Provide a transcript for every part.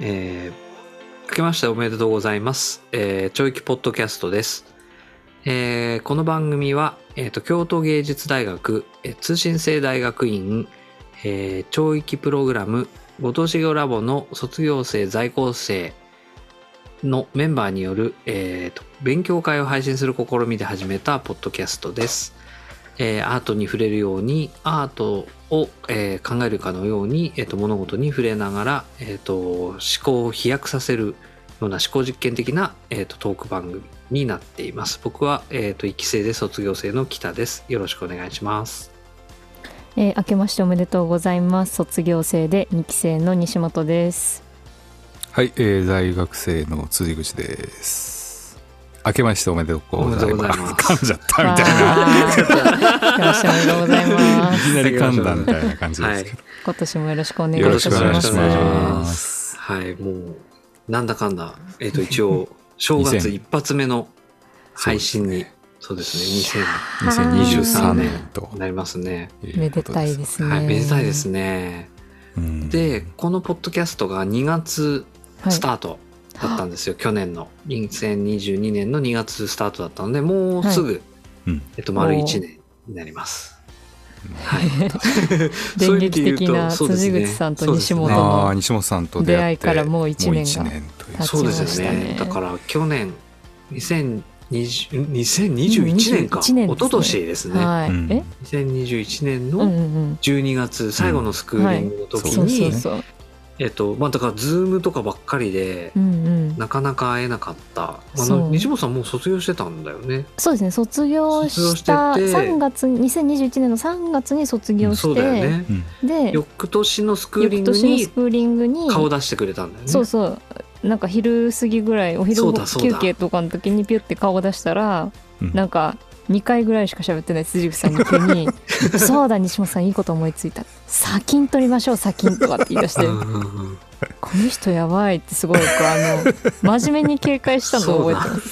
明けましておめでとうございます。教育ポッドキャストです。この番組は、京都芸術大学、通信制大学院、教育プログラムご当地業ラボの卒業生在校生のメンバーによる、勉強会を配信する試みで始めたポッドキャストです。アートに触れるようにアートを、考えるかのように、物事に触れながら、思考を飛躍させるような思考実験的な、トーク番組になっています。僕は、1期生で卒業生の北です。よろしくお願いします。 明けましておめでとうございます。卒業生で2期生の西本です。 はい、大学生の辻口です。明けましておめでとうございます。噛んじゃったみたいな。 明けましておめでとうございます。 いきなり噛んだみたいな感じですけど、 はい、今年もよろしくお願いいたします。 よろしくお願いします。 はい、もうなんだかんだ、一応正月一発目の配信にそうですね、2023年となりますね。 めでたいですね。 はい、めでたいですね。で、このポッドキャストが2月スタートだったんですよ。去年の2022年の2月スタートだったので、もうすぐ、丸1年になります。 はい、電撃的な辻口さんと西本の出会いからもう1年が経ちましたね。 そうですよね。だから去年2021年か、一昨年ですね。 はい、 2021年の12月、最後のスクーリングの時に、だからズームとかばっかりで、なかなか会えなかった。西本さんもう卒業してたんだよね。 そうですね、卒業した2021年の3月に卒業して、そうだよね。 で翌年のスクーリングに顔出してくれたんだよね。 そうそう、なんか昼過ぎぐらい、お昼休憩とかの時にピュって顔を出したら、なんか2回ぐらいしか喋ってない辻口さんに急に「そうだ西本さんいいこと思いついた、砂金取りましょう砂金」とかって言い出してこの人やばいってすごい真面目に警戒したのを覚えてます。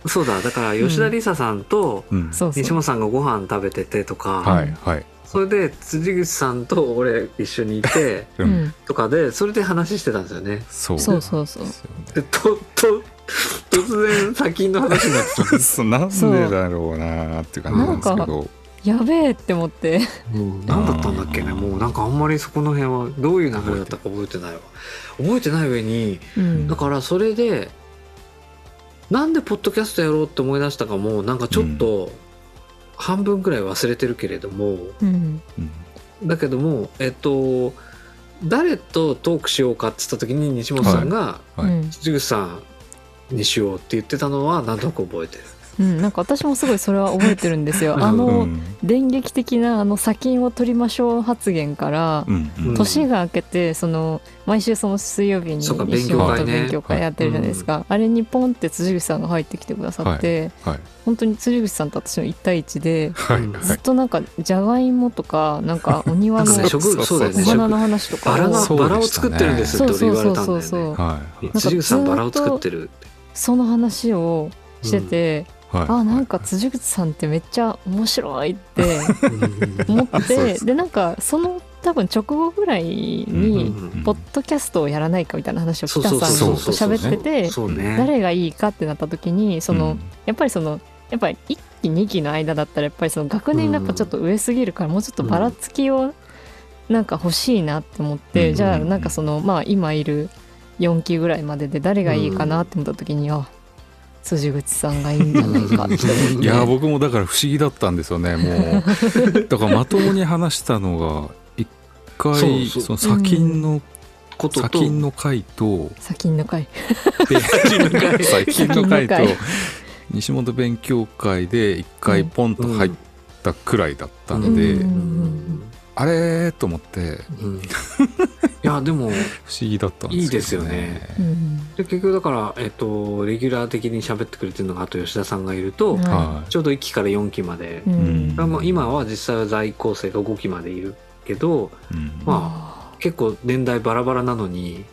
そうだだから吉田梨沙さんと西本さんがご飯食べててとか、それで辻口さんと俺一緒にいてとかで、それで話してたんですよね。 そうで突然砂金の話になってた。 なんでだろうなっていう感じなんですけど、 やべえって思って、 何だったんだっけね。もうなんかあんまりそこの辺はどういう流れだったか覚えてない上に、だからそれでなんでポッドキャストやろうって思い出したかもなんかちょっと半分くらい忘れてるけれども、だけども誰とトークしようかって言った時に西本さんが辻口さんにしようって言ってたのはなんとなく覚えてる。 なんか私もすごいそれは覚えてるんですよ。電撃的な砂金を取りましょう発言から、年が明けて毎週その水曜日に西本と勉強会やってるじゃないですか。あれにポンって辻口さんが入ってきてくださって、本当に辻口さんと私の1対1で、ずっとなんかじゃがいもとかなんかお庭のお花の話とかバラを作ってるんですって言われたんだよね。辻口さんバラを作ってるって、 その話をしてて、なんか辻口さんってめっちゃ面白いって思ってでなんかその多分直後ぐらいにポッドキャストをやらないかみたいな話を北さんと喋ってて、誰がいいかってなった時にやっぱり1期2期の間だったらやっぱり学年がやっぱちょっと上すぎるからもうちょっとばらつきをなんか欲しいなって思って、じゃあなんか今いる4期ぐらいまでで誰がいいかなって思った時に辻口さんがいいんじゃないかっていや僕もだから不思議だったんですよね。もうだからまともに話したのが一回その砂金の回と砂金の回と西本勉強会で一回ポンと入ったくらいだったんで、あれと思って、 いやでも不思議だったんですよね。 いいですよね。で結局だからレギュラー的に喋ってくれてるのがあと吉田さんがいると、ちょうど1期から4期まで、今は実際は在校生が5期までいるけど、結構年代バラバラなのに、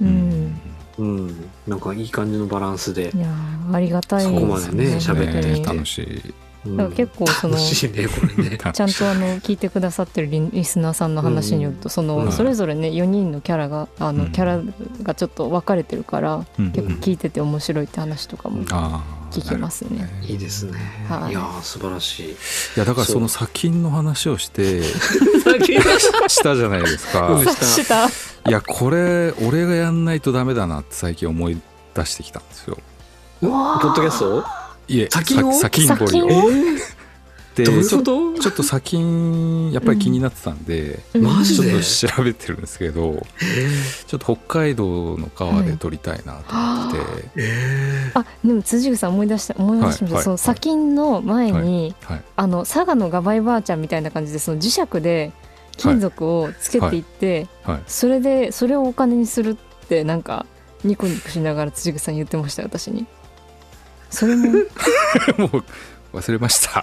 なんかいい感じのバランスで、 いやありがたいそこまでね喋って楽しいだから結構その楽しいねこれねちゃんと聞いてくださってるリスナーさんの話によると、そのそれぞれね4人のキャラがキャラがちょっと分かれてるから、結構聞いてて面白いって話とかも聞きますね。 いいですね。いや素晴らしい。いやだからその砂金の話をしてしたじゃないですか。 したいやこれ俺がやんないとダメだなって最近思い出してきたんですよ。 ポッドキャスト？ いえ、砂金掘りを。でどういうこと？ ちょっと砂金やっぱり気になってたんで、 マジでちょっと調べてるんですけど、ちょっと北海道の川で撮りたいなと思ってて、 あでも辻口さん思い出しました、その砂金の前に、佐賀のガバイばあちゃんみたいな感じでその磁石で金属をつけていって、それをお金にするってなんかニコニコしながら辻口さん言ってましたよ、私に。それももう忘れました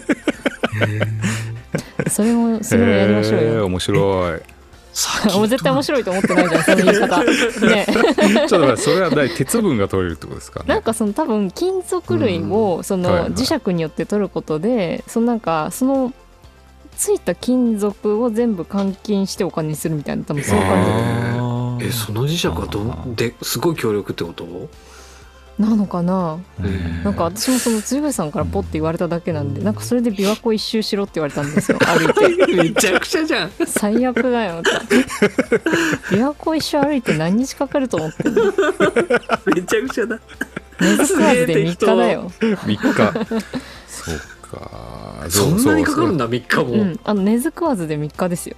それもやりましょうよ。 面白いもう絶対面白いと思ってないじゃんその言い方ねちょっと待って、それは鉄分が取れるってことですかね。 なんかその多分金属類をその磁石によって取ることで、そのなんかそのついた金属を全部換金してお金にするみたいな、多分そういう感じで。その磁石はですごい強力ってことなのかな。なんか私もその辻口さんからポッて言われただけなんで、なんかそれで琵琶湖一周しろって言われたんですよ、歩いて。 めちゃくちゃじゃん。 最悪だよって。琵琶湖一周歩いて何日かかると思ってんの。 めちゃくちゃだ。 根津食わずで3日だよ。 3日そうか、 そんなにかかるんだ3日も。 根津食わずで3日ですよ。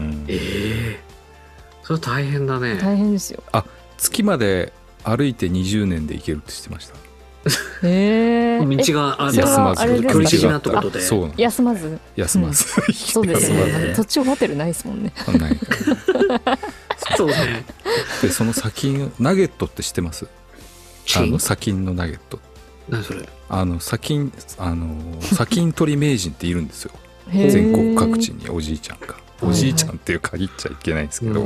それ大変だね。 大変ですよ。 月まで歩いて20年で行けるって知ってました？ 道が休まず距離的なってことで。 休まずそうですね。途中ホテルないですもんね。 ないそうね。 でその砂金ナゲットって知ってます？砂金のナゲット。 何それ？ 砂金取り名人っているんですよ。全国各地におじいちゃんが。おじいちゃんっていう限っちゃいけないんですけど、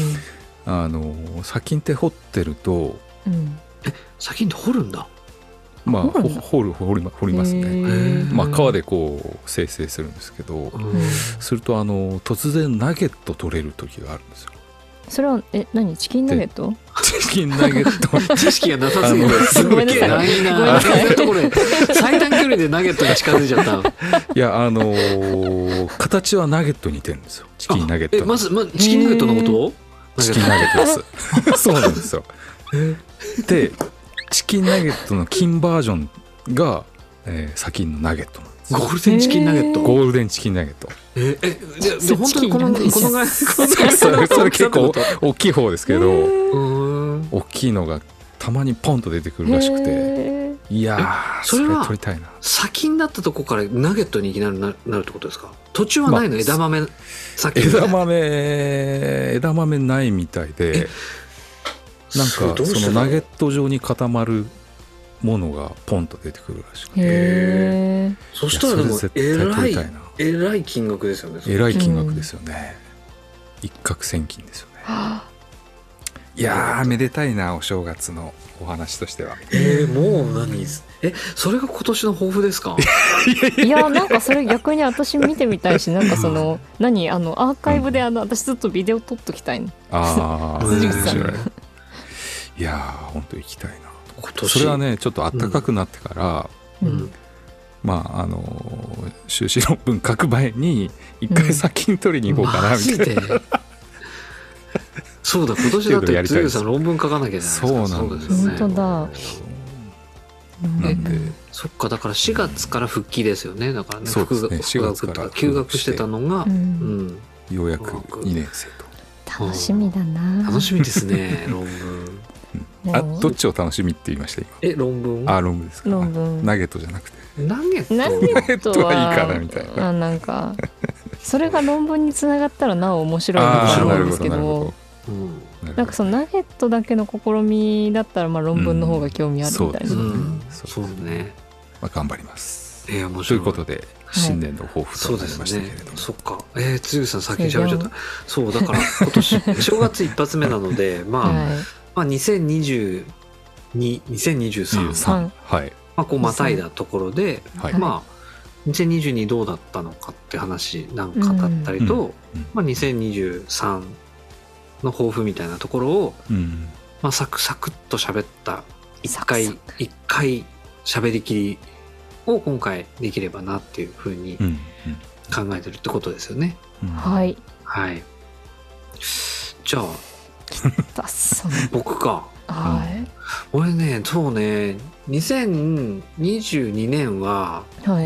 砂金って掘ってると、 砂金って掘るんだ。 まあ掘りますね。まあ川でこう生成するんですけど、すると突然ナゲット取れる時があるんですよ。 それは何？チキンナゲット？ チキンナゲット知識がなさすぎてすごいないな。これ最短距離でナゲットが近づいちゃった。 いや形はナゲットに似てるんですよ。チキンナゲット。 まずチキンナゲットのこと？ チキンナゲットです。そうなんですよ。でチキンナゲットの金バージョンが砂金のナゲットなんです。 ゴールデンチキンナゲット。 ゴールデンチキンナゲット。 で本当にこのぐらいそれ結構大きい方ですけど、大きいのがたまにポンと出てくるらしくて、いやそれ取りたいな。 砂金だったとこからナゲットにいきなりなるってことですか？途中はないの？枝豆砂金。 枝豆ないみたいで、なんかそのナゲット状に固まるものがポンと出てくるらしくて、 そしたらでもえらい金額ですよね。 えらい金額ですよね。一攫千金ですよね。いやーめでたいな、お正月のお話としては。 もう何それが今年の抱負ですか？ いやなんかそれ逆に私見てみたいし、なんかそのアーカイブで私ずっとビデオ撮っときたいの。 面白い。いやー本当行きたいな。それはねちょっと暖かくなってから、まあ修士論文書く前に一回砂金取りに行こうかなみたいな。 そうだ、今年だって辻口さん論文書かなきゃじゃないですか。 そうなんですね。本当だ。 なんでそっか、だから4月から復帰ですよね。だからね、 そうですね、4月から休学してたのが、 ようやく2年生と。楽しみだな。 楽しみですね論文。 どっちを楽しみって言いました今？ 論文。 論文ですか。ナゲットじゃなくて。 ナゲットはいいかなみたいな。 なんかそれが論文につながったらなお面白いなと思うんですけど。なんかそのナゲットだけの試みだったら論文の方が興味あるみたいな。 そうね。 頑張ります。 面白い。 ということで新年の抱負となりましたけれども。 そっか。辻口さん先に喋っちゃった。そうだから今年正月一発目なので2022、2023 はい。 こうまたいだところで 2022どうだったのかって話なんかだったりと、まあ、2023の抱負みたいなところを、まあ、サクサクっと喋った一回喋りきりを今回できればなっていうふうに考えてるってことですよね。 はい。 はい。じゃあ僕か。 はい。 俺ね、そうね、2022年は、 はい、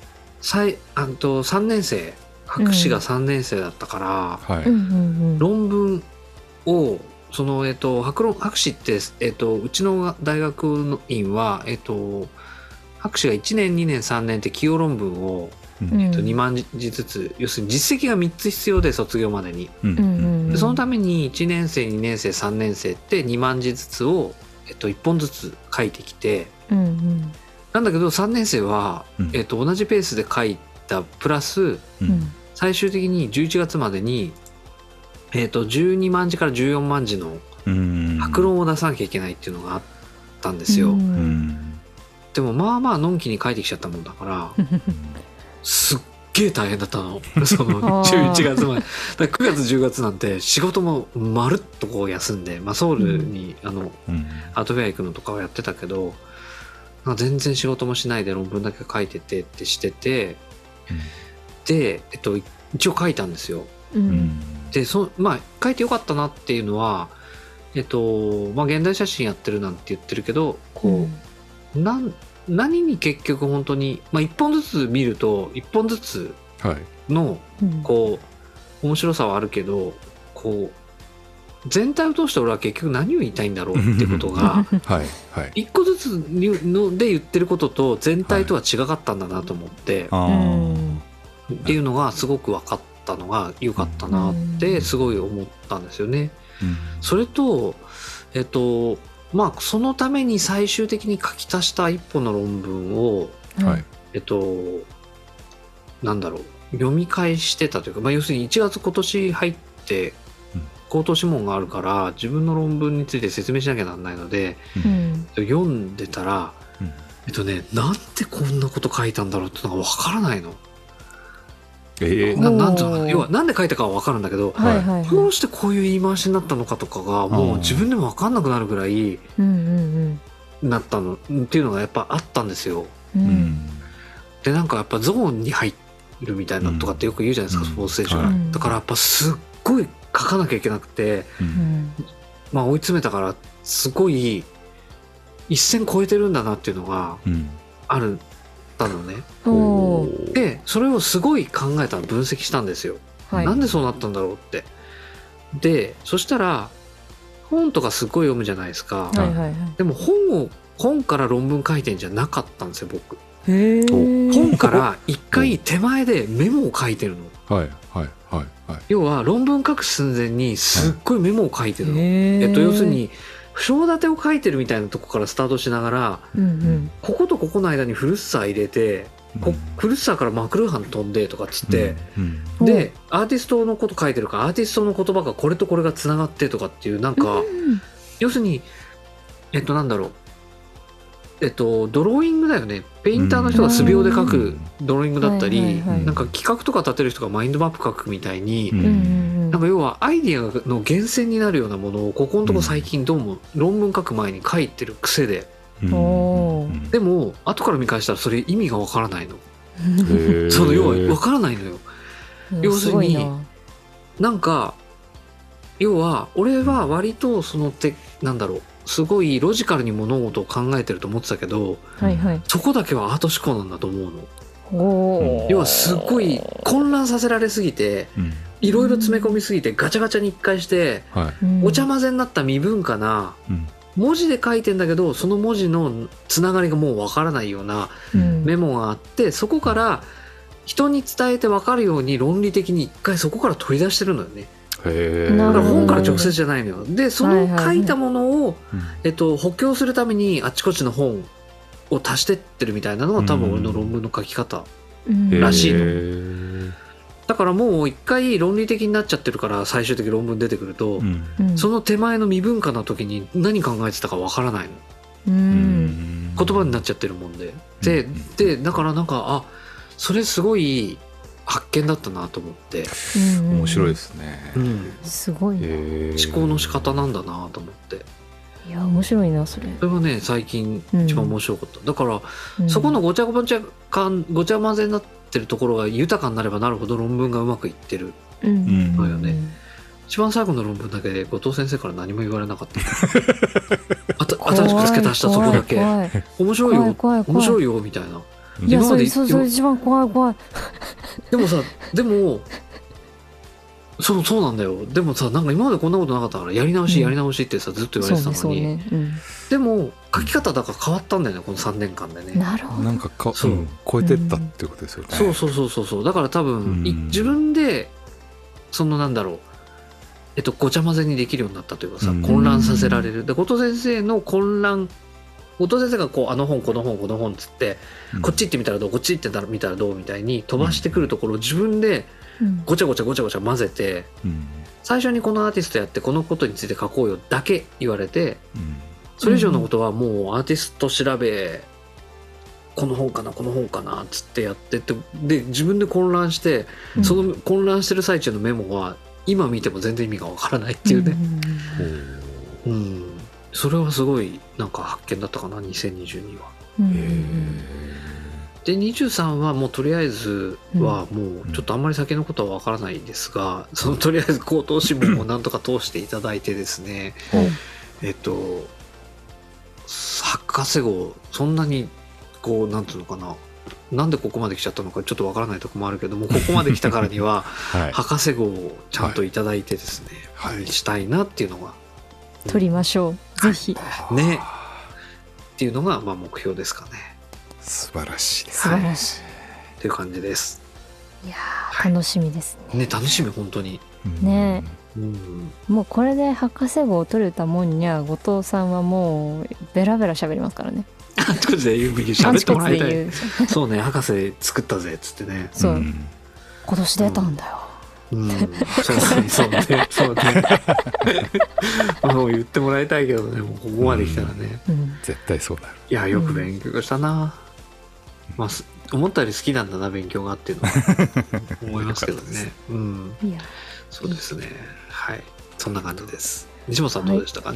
3年生、博士が3年生だったから、論文を博士って、うちの大学院は、博士が1年2年3年って起用論文を、2万字ずつ、要するに実績が3つ必要で卒業までに、でそのために1年生2年生3年生って2万字ずつを、1本ずつ書いてきて、なんだけど3年生は、同じペースで書いたプラス、最終的に11月までに、12万字から14万字の白論を出さなきゃいけないっていうのがあったんですよ。でもまあまあのんきに書いてきちゃったもんだからすっげえ大変だったのその11月までだから9月10月なんて仕事もまるっとこう休んで、まあ、ソウルにアートフェア行くのとかはやってたけど、全然仕事もしないで論文だけ書いててってしてて、で、一応書いたんですよ。でまあ書いてよかったなっていうのはまあ現代写真やってるなんて言ってるけどこう、何に結局本当に、まあ、1本ずつ見ると1本ずつのこう面白さはあるけど、こう全体を通して俺は結局何を言いたいんだろうってことが1個ずつので言ってることと全体とは違かったんだなと思って、っていうのがすごく分かったのが良かったなってすごい思ったんですよね。それとまあそのために最終的に書き足した一本の論文を、なんだろう、読み返してたというか、まあ、要するに1月今年入って口頭諮問があるから自分の論文について説明しなきゃならないので、読んでたら、なんでこんなこと書いたんだろうってのが分からないの。なんていうのかな、要はなんで書いたかは分かるんだけど、どうしてこういう言い回しになったのかとかがもう自分でも分かんなくなるぐらいなったのっていうのがやっぱあったんですよ。でなんかやっぱゾーンに入るみたいなとかってよく言うじゃないですか、スポーツ選手が。だからやっぱすっごい書かなきゃいけなくて、まあ追い詰めたからすごい一線超えてるんだなっていうのがあるのね。でそれをすごい考えたの、分析したんですよ。なんでそうなったんだろうって。でそしたら本とかすごい読むじゃないですか。でも本から論文書いてんじゃなかったんですよ僕。本から一回手前でメモを書いてるの。要は論文書く寸前にすっごいメモを書いてるの。要するに章立てを書いてるみたいなとこからスタートしながら、こことここの間にフルッサー入れて、フルッサーからマクルーハン飛んでとかっつって、でアーティストのこと書いてるからアーティストの言葉がこれとこれがつながってとかっていう、なんか、要するになんだろう、ドローイングだよね。ペインターの人が素描で描くドローイングだったり、なんか企画とか立てる人がマインドマップ描くみたいに、なんか要はアイディアの源泉になるようなものをここのとこ最近どうも論文書く前に書いてる癖で、でも後から見返したらそれ意味がわからないの。その要はわからないのよ。要するになんか要は俺は割となんだろう、すごいロジカルに物事を考えてると思ってたけど、そこだけはアート思考なんだと思うの。要はすごい混乱させられすぎて、いろいろ詰め込みすぎてガチャガチャに一回して、お茶混ぜになった未文化な、文字で書いてんだけどその文字のつながりがもうわからないようなメモがあって、そこから人に伝えてわかるように論理的に一回そこから取り出してるのよね。だから本から直接じゃないのよ。でその書いたものを、補強するためにあちこちの本を足してってるみたいなのが多分俺の論文の書き方らしいの。だからもう一回論理的になっちゃってるから最終的に論文出てくると、その手前の未文化な時に何考えてたかわからないの。言葉になっちゃってるもんで。でだからなんかそれすごい発見だったなと思って、 面白いですね、 すごいな、 思考の仕方なんだなと思って。 いや面白いなそれ。 それはね最近一番面白かった、だから、そこのごちゃごちゃ混ぜになってるところが豊かになればなるほど論文がうまくいってるのよね、一番最後の論文だけで後藤先生から何も言われなかった新しく付け足したそこだけ面白いよ面白いよみたいな。 いやそれ一番怖いでもさそうなんだよ。でもさなんか今までこんなことなかったからやり直しってさずっと言われてたのに、でも書き方だから変わったんだよねこの3年間でね。 なるほど。 なんか超えてったってことですよね。 そうだから多分、自分でそのなんだろうごちゃ混ぜにできるようになったというかさ、混乱させられる。で後藤先生の混乱、後藤先生がこうあの本この本っつって、こっち行ってみたらどうこっち行ってみたらどうみたいに飛ばしてくるところを自分でごちゃごちゃ混ぜて、最初にこのアーティストやってこのことについて書こうよだけ言われて、それ以上のことはもうアーティスト調べ、この本かなっつってやってって、で自分で混乱して、その混乱してる最中のメモは今見ても全然意味がわからないっていうね、それはすごいなんか発見だったかな2022は。で23はもうとりあえずはもうちょっとあんまり先のことはわからないですが、そのとりあえず口頭諮問をなんとか通していただいてですね、博士号そんなにこうなんていうのかな、なんでここまで来ちゃったのかちょっとわからないところもあるけども、ここまで来たからには博士号をちゃんといただいてですね、したいなっていうのが、 取りましょう、ぜひねっていうのがまあ目標ですかね。 素晴らしい素晴らしいっていう感じです。 いや楽しみですね。 楽しみ本当にね。もうこれで博士号を取れたもんには後藤さんはもうベラベラ喋りますからね。 あちこちで喋ってもらいたい。そうね、博士作ったぜっつってね。 そう、今年出たんだよ。 そうねもう言ってもらいたいけどね、もうここまで来たらね、 絶対そうなる。 いやよく勉強したな、まあ思ったより好きなんだな勉強がっていうのは思いますけどね。そうですね、はい、そんな感じです。西本さんどうでしたか、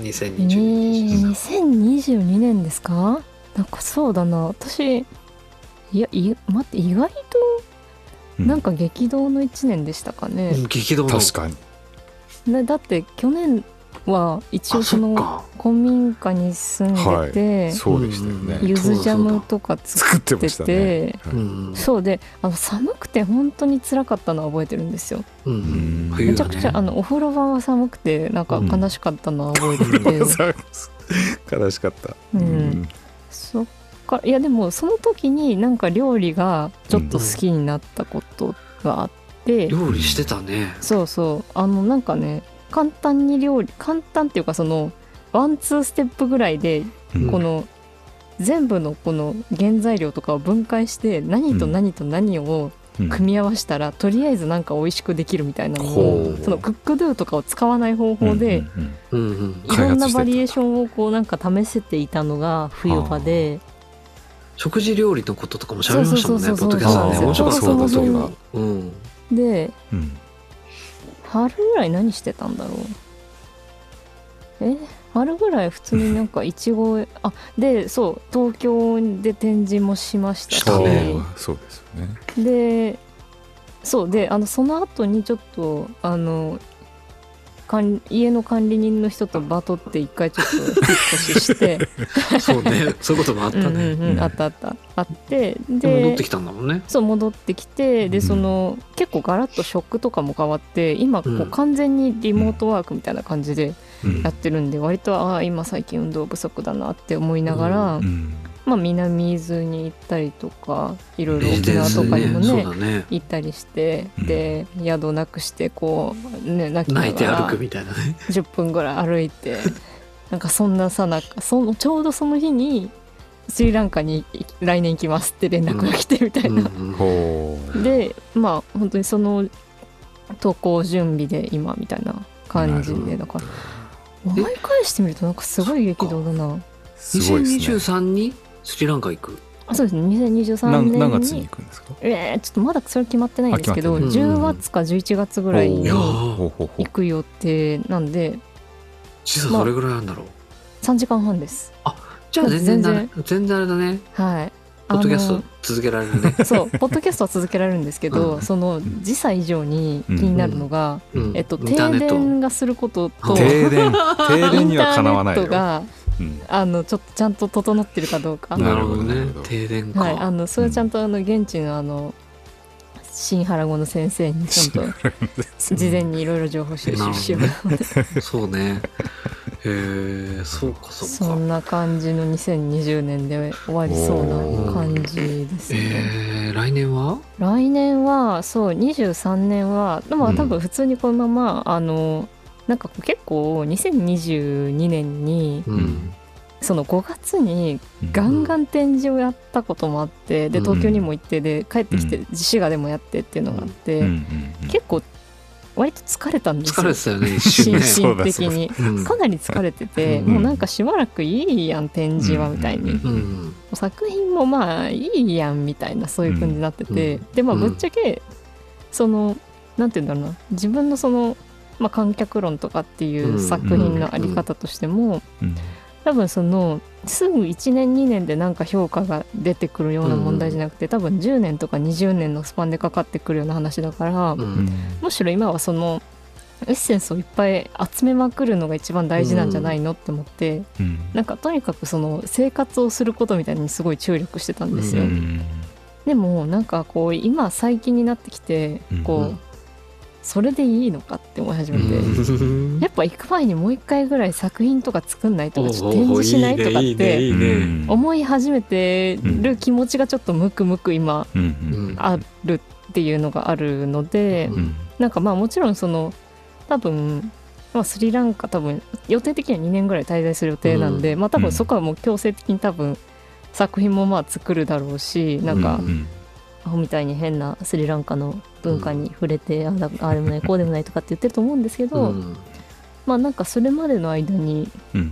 2022年ですか。なんかそうだな、私待って意外となんか激動の1年でしたかね。 激動の、確かにだって去年は一応その古民家に住んでて、 そうでしたよね、 ゆずジャムとか作ってて、そうで寒くて本当に辛かったのは覚えてるんですよ。めちゃくちゃお風呂場が寒くてなんか悲しかったのは覚えてて、 悲しかった。 そっか。いやでもその時になんか料理がちょっと好きになったことがあって、 料理してたね。 そうなんかね、簡単っていうかそのワンツーステップぐらいでこの全部のこの原材料とかを分解して何と何と何を組み合わせたらとりあえずなんか美味しくできるみたいなのを、そのクックドゥとかを使わない方法でいろんなバリエーションをこうなんか試せていたのが冬場で、 食事料理のこととかも喋りましたもんね、ポッドキャストで。面白かった時は。 で、春ぐらい何してたんだろう。春ぐらい普通になんかいちごでそう東京で展示もしましたし、 そうですよね。 でそうでその後にちょっと家の管理人の人とバトって一回ちょっと引っ越ししてそうね、そういうこともあったね。 あってで戻ってきたんだもんね。 そう戻ってきて、でその結構ガラッと食とかも変わって、今こう完全にリモートワークみたいな感じでやってるんで、割と今最近運動不足だなって思いながら、南伊豆に行ったりとかいろいろ沖縄とかにもね行ったりして、で宿なくしてこうね泣きながら泣いて歩くみたいなね 10分ぐらい歩いてなんかそんなさなかちょうどその日にスリランカに来年行きますって連絡が来てみたいな、でまあ本当にその渡航準備で今みたいな感じで、だから思い返してみるとなんかすごい激動だな。 2023にスリランカ行く。 そうですね、2023年に何月に行くんですか？ ちょっとまだそれ決まってないんですけど、10月か11月ぐらいに行く予定なんで、 実はどれぐらいなんだろう。 3時間半です。 じゃあ全然あれだね。 はい。 ポッドキャスト続けられるね。 そう、ポッドキャストは続けられるんですけど、その時差以上に気になるのが、停電がすることと、 停電にはかなわないよ。 インターネットがちょっとちゃんと整ってるかどうか。 なるほどね。停電か。 はい、それはちゃんと現地の新原語の先生にちゃんと事前にいろいろ情報収集しよう。 そうね。そうか。 そんな感じの2020年で終わりそうな感じですね。 来年はそう23年はでも多分普通にこのままなんか結構2022年に、その5月にガンガン展示をやったこともあって、で東京にも行ってで帰ってきて滋賀でもやってっていうのがあって、結構割と疲れたんですよ。 疲れてたよね、一瞬ね。 心身的にかなり疲れてて、もうなんかしばらくいいやん展示はみたいに、作品もまあいいやんみたいな、そういう感じになってて、でまあぶっちゃけそのなんていうんだろうな、自分のその、観客論とかっていう作品のあり方としても、多分そのすぐ1年2年でなんか評価が出てくるような問題じゃなくて、多分10年とか20年のスパンでかかってくるような話だから、むしろ今はそのエッセンスをいっぱい集めまくるのが一番大事なんじゃないのって思って、なんかとにかくその生活をすることみたいにすごい注力してたんですよ。でもなんかこう今最近になってきてこう、それでいいのかって思い始めて、やっぱ行く前にもう一回ぐらい作品とか作んないとかちょっと展示しないとかって思い始めてる気持ちがちょっとムクムク今あるっていうのがあるので、なんかもちろんその多分スリランカ多分予定的には2年ぐらい滞在する予定なんで、多分そこはもう強制的に多分作品も作るだろうし、なんかアホみたいに変なスリランカの文化に触れて、ああでもないこうでもないとかって言ってると思うんですけど、なんかそれまでの間に、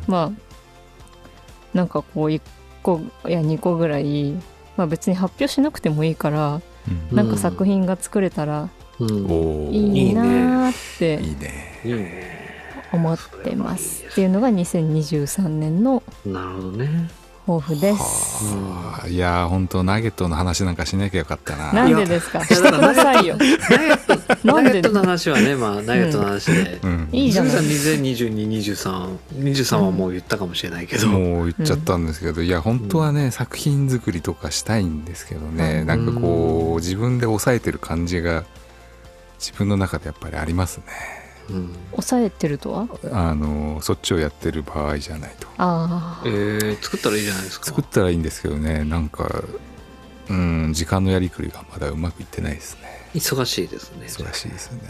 なんかこう1個や2個ぐらい、別に発表しなくてもいいから、なんか作品が作れたらいいなって思ってますっていうのが2023年の抱負です。 いや本当ナゲットの話なんかしなきゃよかったな。 なんでですか、してくださいよ。 ナゲットの話はね、ナゲットの話で、 いいじゃない。 2022、23はもう言ったかもしれないけど、 もう言っちゃったんですけど、いや本当はね、作品作りとかしたいんですけどね、なんかこう自分で抑えてる感じが自分の中でやっぱりありますね。 抑えてるとはそっちをやってる場合じゃないと。 作ったらいいじゃないですか。 作ったらいいんですけどね、なんか時間のやりくりがまだうまくいってないですね。 忙しいですね。 忙しいですね。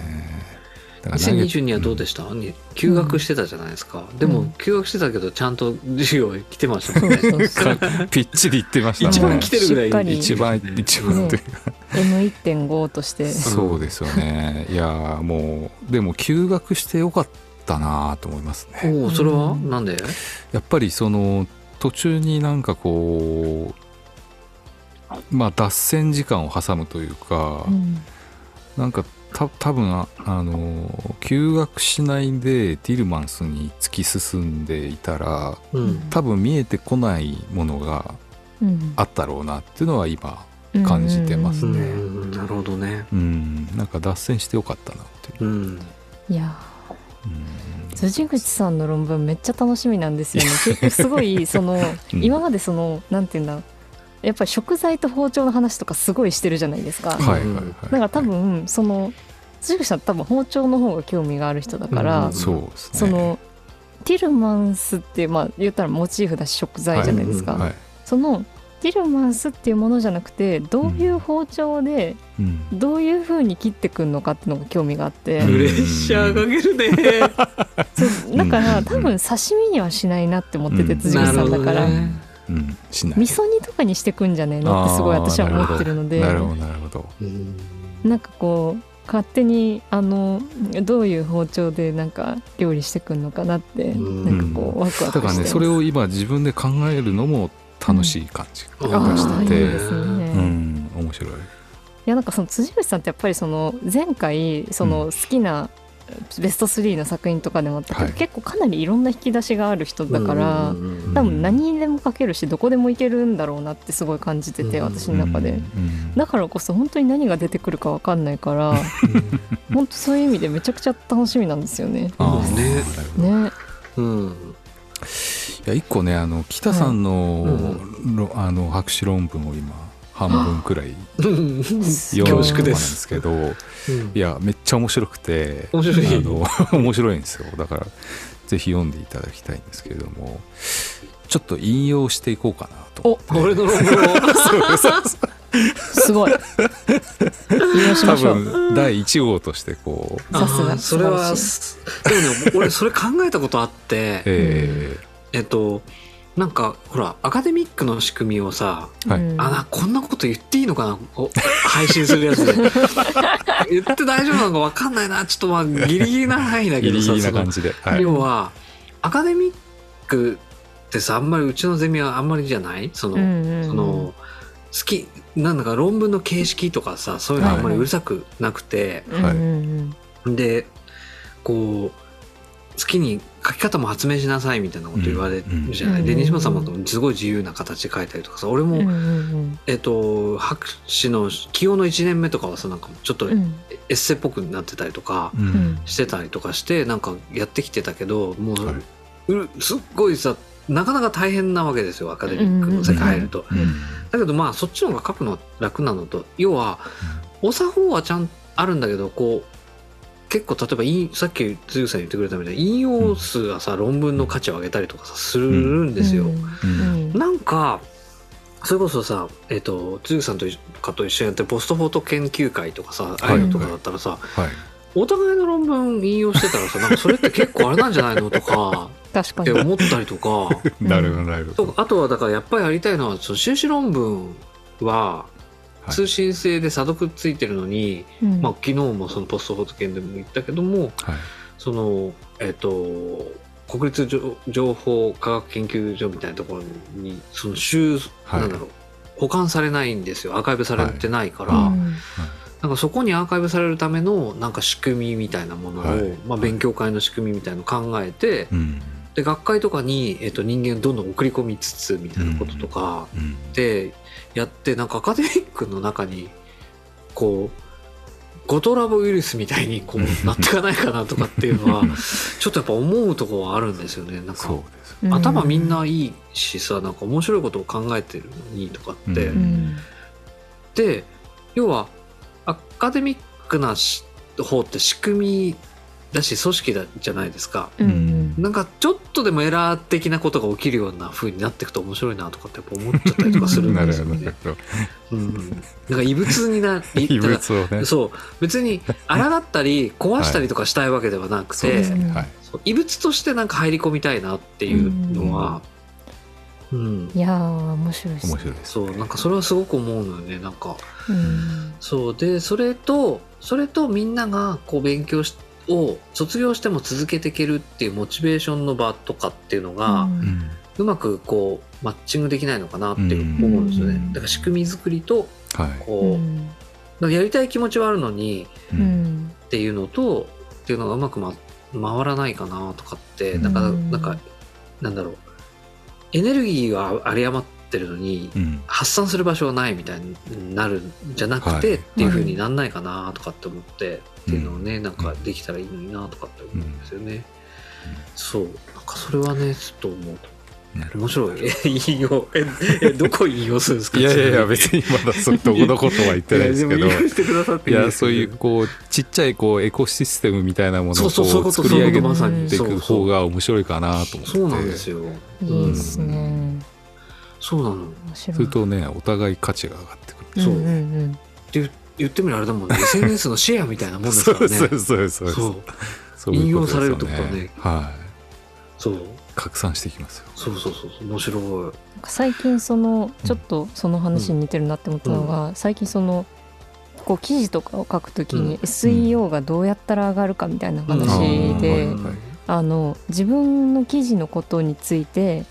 2022はどうでした？休学してたじゃないですか。でも休学してたけどちゃんと授業来てましたもんね。 ぴっちり行ってましたね。 一番来てるぐらい一番というか M1.5 として。 そうですよね。いやもうでも休学してよかったなと思いますね。 それはなんで？ やっぱりその途中になんかこう脱線時間を挟むというか、なんか多分休学しないでティルマンスに突き進んでいたら、多分見えてこないものがあったろうなっていうのは今感じてますね。 なるほどね。 なんか脱線してよかったなっていう。 いや辻口さんの論文めっちゃ楽しみなんですよね。結局すごいその今までそのなんていうんだ、やっぱり食材と包丁の話とかすごいしてるじゃないですか。だから多分その辻口さん多分包丁の方が興味がある人だから、そのティルマンスって言ったらモチーフだし食材じゃないですか。そのティルマンスっていうものじゃなくて、どういう包丁でどういう風に切ってくんのかっていうのが興味があって、 プレッシャーかけるね。 だから多分刺身にはしないなって思ってて、辻口さんだから。味噌煮とかにしてくんじゃねえのってすごい私は思ってるので、 なるほど。 なんかこう勝手にどういう包丁でなんか料理してくんのかなって、なんかこうワクワクしてます。 だからね、それを今自分で考えるのも楽しい感じがしてて、面白い。いやなんかその辻口さんってやっぱりその前回その好きなベスト3の作品とかでもあったけど、結構かなりいろんな引き出しがある人だから、多分何にでも書けるしどこでもいけるんだろうなってすごい感じてて、私の中で。だからこそ本当に何が出てくるか分かんないから本当そういう意味でめちゃくちゃ楽しみなんですよね。ね。 いや一個ね北さんの、博士論文を今半分くらい読んでなんですけど、いやめっちゃ面白くて面白いんですよ。だからぜひ読んでいただきたいんですけれども、ちょっと引用していこうかなと。 俺の論文をすごい引用しましょう。 多分第1号としてこう。 さすが。 それはでもね俺それ考えたことあってなんかほらアカデミックの仕組みをさ、こんなこと言っていいのかな配信するやつで言って大丈夫なのか分かんないな、ちょっとまあギリギリな範囲だけどさ、 ギリギリな感じで、 要はアカデミックってさ、あんまりうちのゼミはあんまりじゃないその好きなんだか論文の形式とかさ、そういうのあんまりうるさくなくて、でこう好きに書き方も発明しなさいみたいなこと言われるじゃない。で西本さんもすごい自由な形で書いたりとかさ、俺も博士の起用の1年目とかはさ、なんかちょっとエッセイっぽくなってたりとかしてたりとかしてなんかやってきてたけど、もうすっごいさなかなか大変なわけですよ、アカデミックの世界入ると。だけどまあそっちの方が書くの楽なのと、要はお作法はちゃんとあるんだけど、こう結構例えばさっき辻口さん言ってくれたみたいに引用数がさ論文の価値を上げたりとかさするんですよ。なんかそれこそさ辻口さんとかと一緒にやってるポストフォート研究会とかさ、ああいうのとかだったらさ、お互いの論文引用してたらさ、なんかそれって結構あれなんじゃないのとかって思ったりとかなるほど。 あとはだからやっぱりやりたいのはその修士論文は通信制で査読ついてるのに、まあ、昨日もそのポストフォート研でも言ったけども、その国立情報科学研究所みたいなところにそのなんだろう保管されないんですよ、アーカイブされてないから、なんかそこにアーカイブされるためのなんか仕組みみたいなものを、まあ、勉強会の仕組みみたいなのを考えて、で学会とかに、人間をどんどん送り込みつつみたいなこととかでやって、なんかアカデミックの中にこうゴトラボウイルスみたいにこうなっていかないかなとかっていうのはちょっとやっぱ思うところはあるんですよね。なんか頭みんないいしさ、なんか面白いことを考えてるのにとかって、で要はアカデミックな方って仕組みだし組織じゃないですか、なんかちょっとでもエラー的なことが起きるような風になっていくと面白いなとかってやっぱ思っちゃったりとかするんですよね。なんか異物になり異物をね、そう別に抗ったり壊したりとかしたいわけではなくて、異物としてなんか入り込みたいなっていうのは、 いや面白いですね。 そうなんかそれはすごく思うのよね。なんか、そうでそれとみんながこう勉強を卒業しても続けていけるっていうモチベーションの場とかっていうのが、うまくこうマッチングできないのかなって思うんですよね。だから仕組み作りとこう、やりたい気持ちはあるのに、っていうのとっていうのがうまく、回らないかなとかって、なんかなんだろう、エネルギーは有り余ってるのに、発散する場所はないみたいになるんじゃなくて、っていう風になんないかなとかって思って、っていうのをね、なんかできたらいいのになとかって思うんですよね。そうなんかそれはねちょっと思うと面白い。引用どこ引用するんですか。 いや別にまだどことは言ってないですけど、いやそういうこうちっちゃいこうエコシステムみたいなものを作り上げていく方が面白いかなと思って。 そうなんですよ。 いいですね。 そうなの。 するとねお互い価値が上がってくる。 そうって言ってみればあれだもんね、SNS のシェアみたいなもんですからね。そう引用されるとかね、そう拡散していきますよ。 そう面白い。 なんか最近ちょっとその話に似てるなって思ったのが、最近こう記事とかを書くときに SEO がどうやったら上がるかみたいな話で、自分の記事のことについて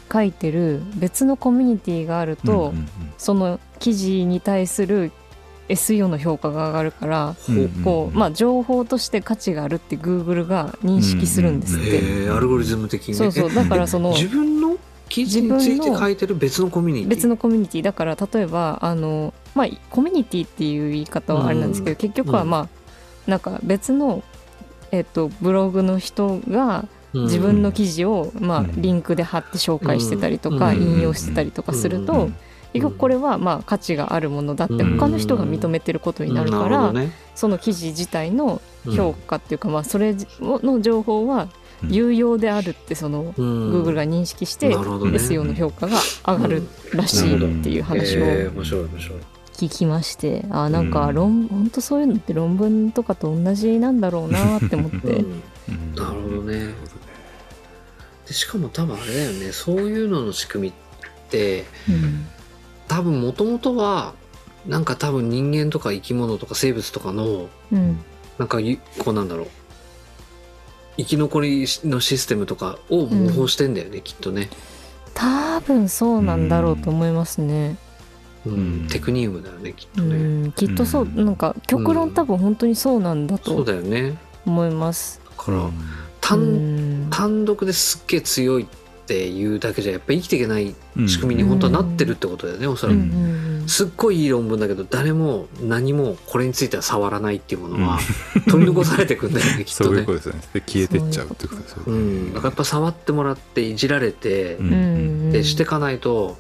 書いてる別のコミュニティがあると、その記事に対する SEO の評価が上がるから、こう情報として価値があるって Google が認識するんですって、 アルゴリズム的にね。 そうだからその自分の記事について書いてる別のコミュニティだから、例えばコミュニティっていう言い方はあれなんですけど、結局はなんか別の、ブログの人が自分の記事をリンクで貼って紹介してたりとか、引用してたりとかすると、結局これは価値があるものだって他の人が認めてることになるから、その記事自体の評価っていうか、それの情報は有用であるってその Google が認識して SEO の評価が上がるらしいっていう話を聞きまして、なんか本当そういうのって論文とかと同じなんだろうなって思って。 なるほどね。でしかも多分あれだよね、そういうのの仕組みって、多分もともとはなんか多分人間とか生き物とか生物とかの、なんかこうなんだろう、生き残りのシステムとかを模倣してんだよね、きっとね。 多分そうなんだろうと思いますね。 テクニウムだよね、きっとね。 きっとそう、なんか極論多分本当にそうなんだとそうだよね、 思います。 だから単独ですっげえ強いっていうだけじゃやっぱり生きていけない仕組みに本当はなってるってことだよね、おそらく。すっごいいい論文だけど誰も何もこれについては触らないっていうものは取り残されていくんだよねきっとね。 そういうことですね。で消えてっちゃうってことですよね。 だからやっぱ触ってもらっていじられて、でしていかないと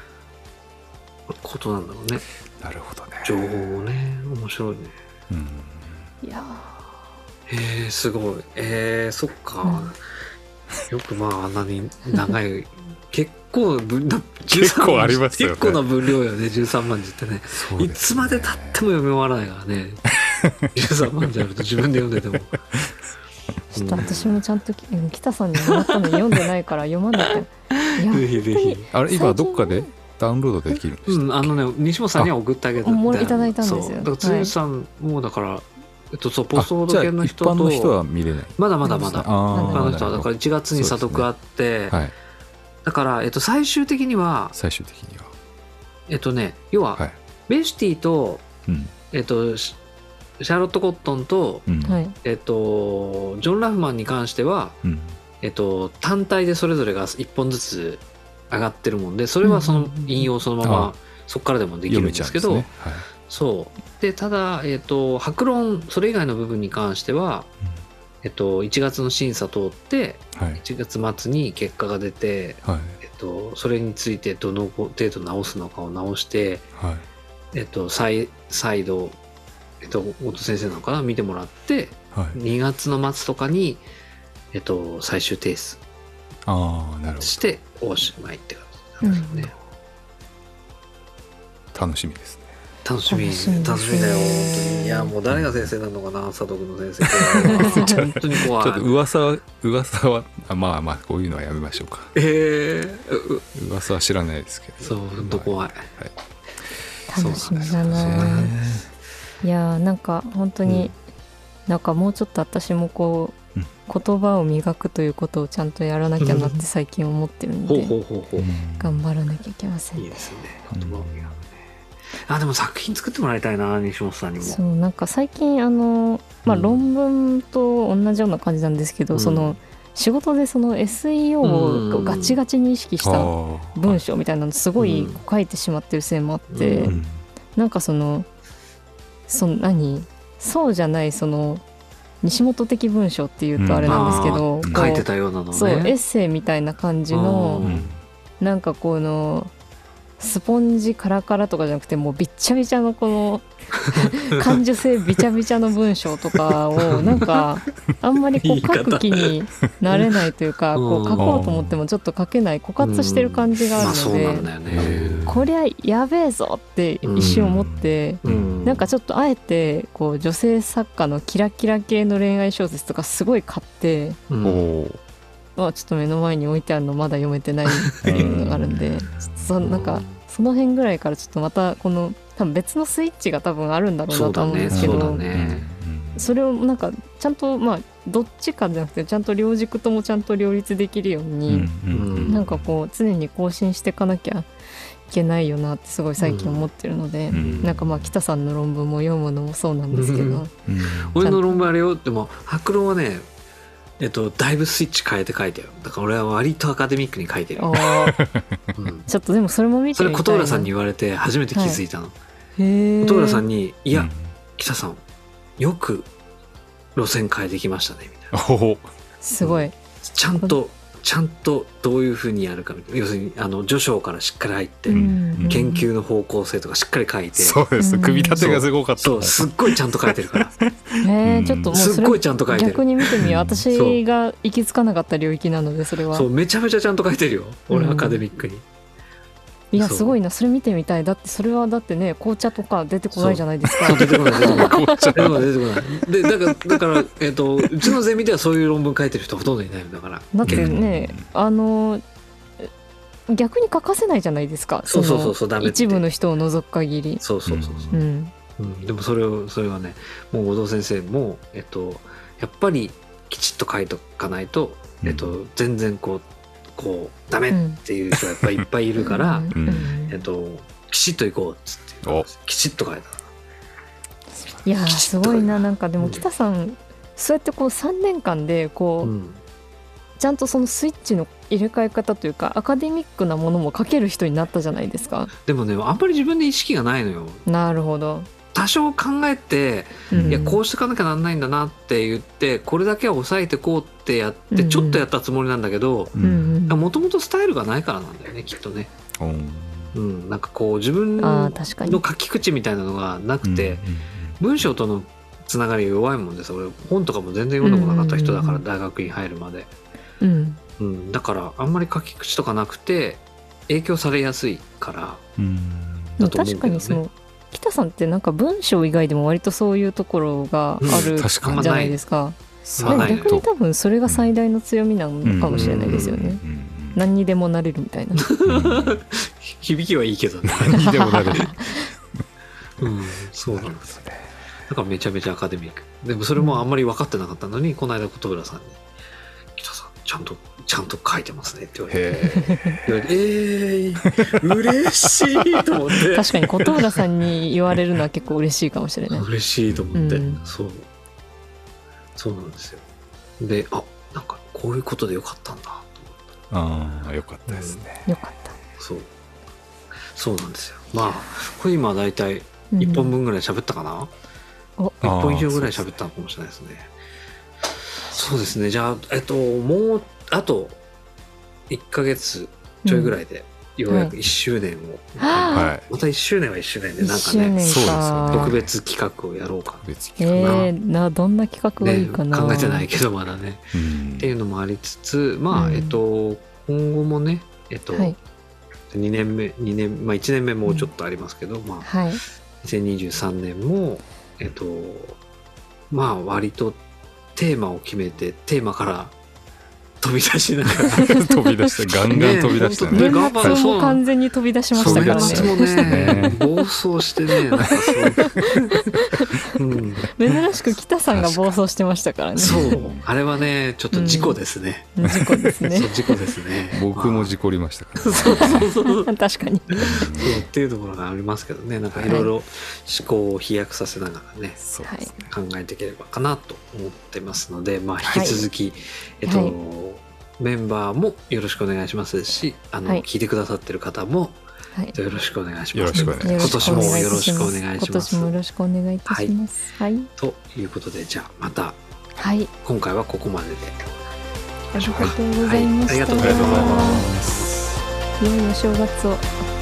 ことなんだろうね。 なるほどね。 情報もね、面白いね。 いやすごい。そっか。よくあんなに長い結構ありますよね。 結構な分量よね、13万字ってね。いつまで経っても読み終わらないからね。13万字あると自分で読んでても。 ちょっと私もちゃんと北さんにもらったの読んでないから読まなきゃ。 ぜひぜひ。 あれ今どっかでダウンロードできるんですか？ 西本さんには送ってあげた。 いただいたんですよ。 だから辻さんもだから。ポストボード系の人と一般の人は見れない。 まだ一般の人はだから1月に査読あって、だから最終的には要はベシティとシャーロット・コットンとジョン・ラフマンに関しては単体でそれぞれが1本ずつ上がってるもんで、それはその引用そのままそこからでもできるんですけど、そうでただ、白論それ以外の部分に関しては、1月の審査通って、1月末に結果が出て、それについてどの程度直すのかを直して、再度、大戸先生なのかな見てもらって、2月の末とかに、最終提出しておしまいって感じなんですね。 楽しみですね。 楽しみだよ本当に。いやもう誰が先生なのかな、佐藤君の先生本当に怖い。 ちょっと噂はまあこういうのはやめましょうか。噂は知らないですけど。 そう本当怖い。 楽しみだな。いやなんか本当になんかもうちょっと私もこう言葉を磨くということをちゃんとやらなきゃなって最近思ってるんで、頑張らなきゃいけませんね。 いいですね。言葉を磨く。でも作品作ってもらいたいな、西本さんにも。 そうなんか最近論文と同じような感じなんですけど、その仕事でその SEO をガチガチに意識した文章みたいなのすごい書いてしまってるせいもあって、なんかそうじゃないその西本的文章っていうとあれなんですけど、 書いてたようなのね。 そうエッセイみたいな感じのなんかこのスポンジカラカラとかじゃなくてもうびっちゃびちゃのこの感受性びちゃびちゃの文章とかをなんかあんまりこう書く気になれないというか、こう書こうと思ってもちょっと書けない枯渇してる感じがあるので、こりゃやべえぞって一瞬思って、なんかちょっとあえてこう女性作家のキラキラ系の恋愛小説とかすごい買って、ちょっと目の前に置いてあるのまだ読めてないっていうのがあるんで、なんかその辺ぐらいからちょっとまたこの多分別のスイッチが多分あるんだろうなと思うんですけど、 それをなんかちゃんとどっちかじゃなくてちゃんと両軸ともちゃんと両立できるように、なんかこう常に更新していかなきゃいけないよなってすごい最近思ってるので、なんか北さんの論文も読むのもそうなんですけど、 俺の論文あれよ。でも白論はねだいぶスイッチ変えて書いてよ。だから俺は割とアカデミックに書いてる。 ちょっとでもそれも見てみたいな。 それ琴浦さんに言われて初めて気づいたの。琴浦さんにいや北さんよく路線変えてきましたねみたいな。 すごい。 ちゃんとどういうふうにやるかみたいな。要するに序章からしっかり入って、研究の方向性とかしっかり書いて。 そうです。組み立てがすごかった。 そうすっごいちゃんと書いてるから。 ちょっともうすっごいちゃんと書いてる。 逆に見てみよう。私が行き着かなかった領域なのでそれは。 そうめちゃめちゃちゃんと書いてるよ。俺アカデミックに。 いやすごいな、それ見てみたい。だってそれはだってね紅茶とか出てこないじゃないですか。 出てこない紅茶出てこないでだからうちのゼミではそういう論文書いてる人ほとんどいないんだから。 だってね逆に書かせないじゃないですか。 そうダメって一部の人を除く限り。 そう、でもそれはねもう後藤先生もやっぱりきちっと書いとかないと全然こうダメっていう人がやっぱりいっぱいいるからきちっといこうっつってきちっと書いた。 いやすごいな。なんかでも北さんそうやって3年間でちゃんとそのスイッチの入れ替え方というかアカデミックなものも書ける人になったじゃないですか。 でもねあんまり自分で意識がないのよ。 なるほど。多少考えて、いやこうしていかなきゃなんないんだなって言ってこれだけは抑えてこうってやってちょっとやったつもりなんだけど、もともとスタイルがないからなんだよねきっとね。なんか自分の書き口みたいなのがなくて、文章とのつながりが弱いもんです。俺本とかも全然読んだことなかった人だから、大学に入るまで、だからあんまり書き口とかなくて影響されやすいからだと思うけどね。 確かに北さんってなんか文章以外でも割とそういうところがあるじゃないですか。逆に多分それが最大の強みなのかもしれないですよね。何にでもなれるみたいな。 響きはいいけどね。 何にでもなれる。 そうなんですね。だからめちゃめちゃアカデミック。でもそれもあんまり分かってなかったのにこの間琴浦さんに北さんちゃんと書いてますねって言われて嬉しいと思って。 確かに琴浦さんに言われるのは結構嬉しいかもしれない。 嬉しいと思って、そうなんですよ。でなんかこういうことでよかったんだと思って。 よかったですね。 よかった。 そうなんですよ。これ今だいたい1本分ぐらい喋ったかな、1本以上ぐらい喋ったのかもしれないですね。そうですね。じゃあもうあと1ヶ月ちょいぐらいでようやく1周年を、また1周年は1周年でなんかね特別企画をやろうかな。どんな企画がいいかな、 考えてないけどまだね、っていうのもありつつ今後もね2年目1年目もうちょっとありますけど、2023年も割とテーマを決めてテーマから飛び出しながら飛び出してガンガン飛び出してね。 年末も完全に飛び出しましたからね。 年末もね暴走してねなんか珍しく北さんが暴走してましたからね。 そうあれはねちょっと事故ですね。 事故ですね。 事故ですね。 僕も事故りましたから。 確かに。 っていうところがありますけどね。なんかいろいろ思考を飛躍させながらね考えていければかなと思ってますので、引き続きメンバーもよろしくお願いしますし、聞いてくださってる方もよろしくお願いします。今年もよろしくお願いします。 今年もよろしくお願いいたします。 ということでじゃあまた今回はここまでで。 ありがとうございました。 ありがとうございます。 良いお正月を。